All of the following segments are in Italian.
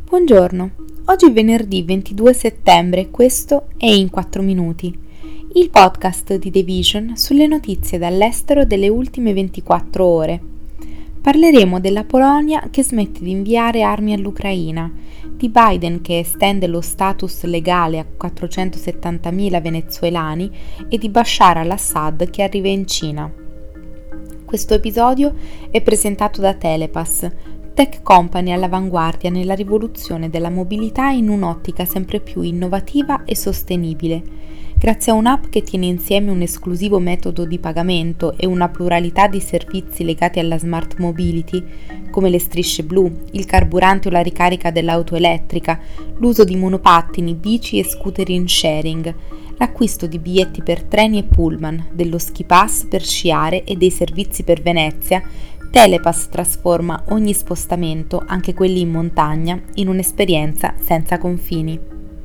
Buongiorno, oggi è venerdì 22 settembre e questo è In 4 Minuti, il podcast di The Vision sulle notizie dall'estero delle ultime 24 ore. Parleremo della Polonia che smette di inviare armi all'Ucraina, di Biden che estende lo status legale a 470.000 venezuelani e di Bashar al-Assad che arriva in Cina. Questo episodio è presentato da Telepass, tech company all'avanguardia nella rivoluzione della mobilità in un'ottica sempre più innovativa e sostenibile. Grazie a un'app che tiene insieme un esclusivo metodo di pagamento e una pluralità di servizi legati alla smart mobility, come le strisce blu, il carburante o la ricarica dell'auto elettrica, l'uso di monopattini, bici e scooter in sharing, l'acquisto di biglietti per treni e pullman, dello ski pass per sciare e dei servizi per Venezia, Telepass trasforma ogni spostamento, anche quelli in montagna, in un'esperienza senza confini.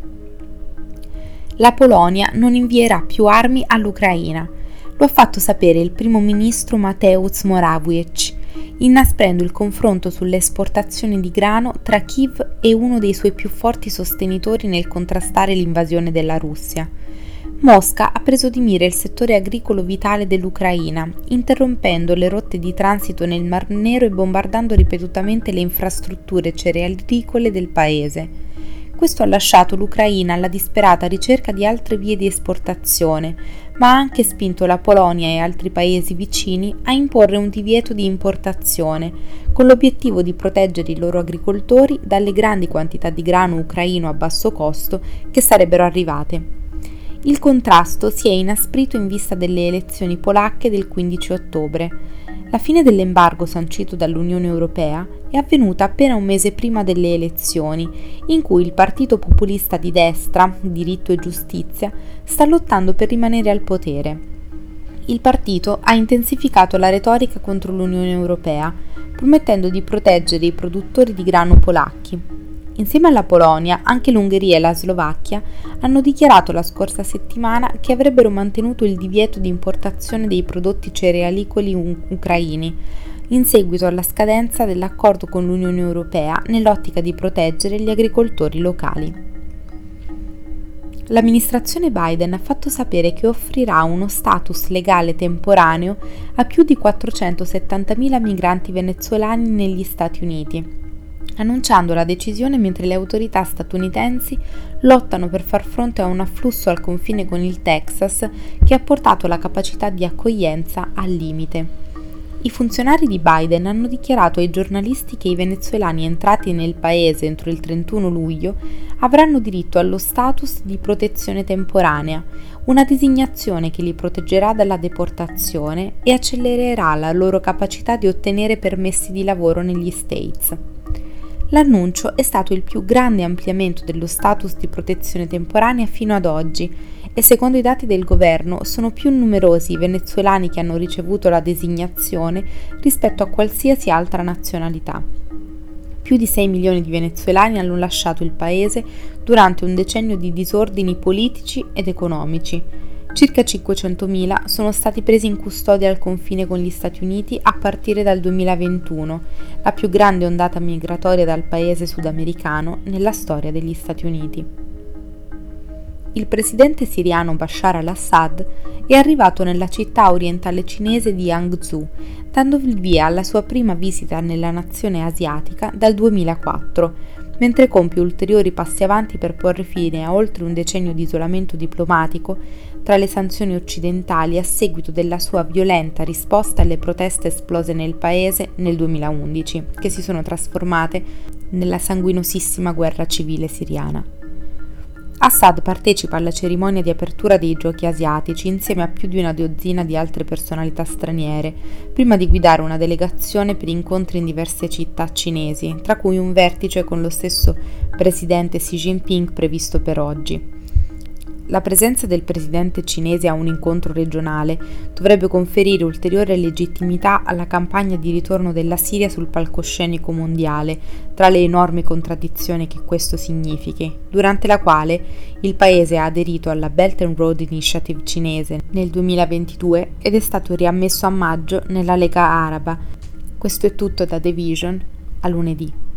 La Polonia non invierà più armi all'Ucraina. Lo ha fatto sapere il primo ministro Mateusz Morawiecki, inasprendo il confronto sulle esportazioni di grano tra Kiev e uno dei suoi più forti sostenitori nel contrastare l'invasione della Russia. Mosca ha preso di mira il settore agricolo vitale dell'Ucraina, interrompendo le rotte di transito nel Mar Nero e bombardando ripetutamente le infrastrutture cerealicole del paese. Questo ha lasciato l'Ucraina alla disperata ricerca di altre vie di esportazione, ma ha anche spinto la Polonia e altri paesi vicini a imporre un divieto di importazione, con l'obiettivo di proteggere i loro agricoltori dalle grandi quantità di grano ucraino a basso costo che sarebbero arrivate. Il contrasto si è inasprito in vista delle elezioni polacche del 15 ottobre. La fine dell'embargo sancito dall'Unione Europea è avvenuta appena un mese prima delle elezioni, in cui il partito populista di destra, Diritto e Giustizia, sta lottando per rimanere al potere. Il partito ha intensificato la retorica contro l'Unione Europea, promettendo di proteggere i produttori di grano polacchi. Insieme alla Polonia, anche l'Ungheria e la Slovacchia hanno dichiarato la scorsa settimana che avrebbero mantenuto il divieto di importazione dei prodotti cerealicoli ucraini, in seguito alla scadenza dell'accordo con l'Unione Europea nell'ottica di proteggere gli agricoltori locali. L'amministrazione Biden ha fatto sapere che offrirà uno status legale temporaneo a più di 470.000 migranti venezuelani negli Stati Uniti, annunciando la decisione mentre le autorità statunitensi lottano per far fronte a un afflusso al confine con il Texas che ha portato la capacità di accoglienza al limite. I funzionari di Biden hanno dichiarato ai giornalisti che i venezuelani entrati nel paese entro il 31 luglio avranno diritto allo status di protezione temporanea, una designazione che li proteggerà dalla deportazione e accelererà la loro capacità di ottenere permessi di lavoro negli States. L'annuncio è stato il più grande ampliamento dello status di protezione temporanea fino ad oggi e secondo i dati del governo sono più numerosi i venezuelani che hanno ricevuto la designazione rispetto a qualsiasi altra nazionalità. Più di 6 milioni di venezuelani hanno lasciato il paese durante un decennio di disordini politici ed economici. Circa 500.000 sono stati presi in custodia al confine con gli Stati Uniti a partire dal 2021, la più grande ondata migratoria dal paese sudamericano nella storia degli Stati Uniti. Il presidente siriano Bashar al-Assad è arrivato nella città orientale cinese di Hangzhou, dando il via alla sua prima visita nella nazione asiatica dal 2004, mentre compie ulteriori passi avanti per porre fine a oltre un decennio di isolamento diplomatico tra le sanzioni occidentali a seguito della sua violenta risposta alle proteste esplose nel paese nel 2011, che si sono trasformate nella sanguinosissima guerra civile siriana. Assad partecipa alla cerimonia di apertura dei Giochi asiatici insieme a più di una dozzina di altre personalità straniere, prima di guidare una delegazione per incontri in diverse città cinesi, tra cui un vertice con lo stesso presidente Xi Jinping previsto per oggi. La presenza del presidente cinese a un incontro regionale dovrebbe conferire ulteriore legittimità alla campagna di ritorno della Siria sul palcoscenico mondiale, tra le enormi contraddizioni che questo significhi, durante la quale il paese ha aderito alla Belt and Road Initiative cinese nel 2022 ed è stato riammesso a maggio nella Lega Araba. Questo è tutto da The Vision, a lunedì.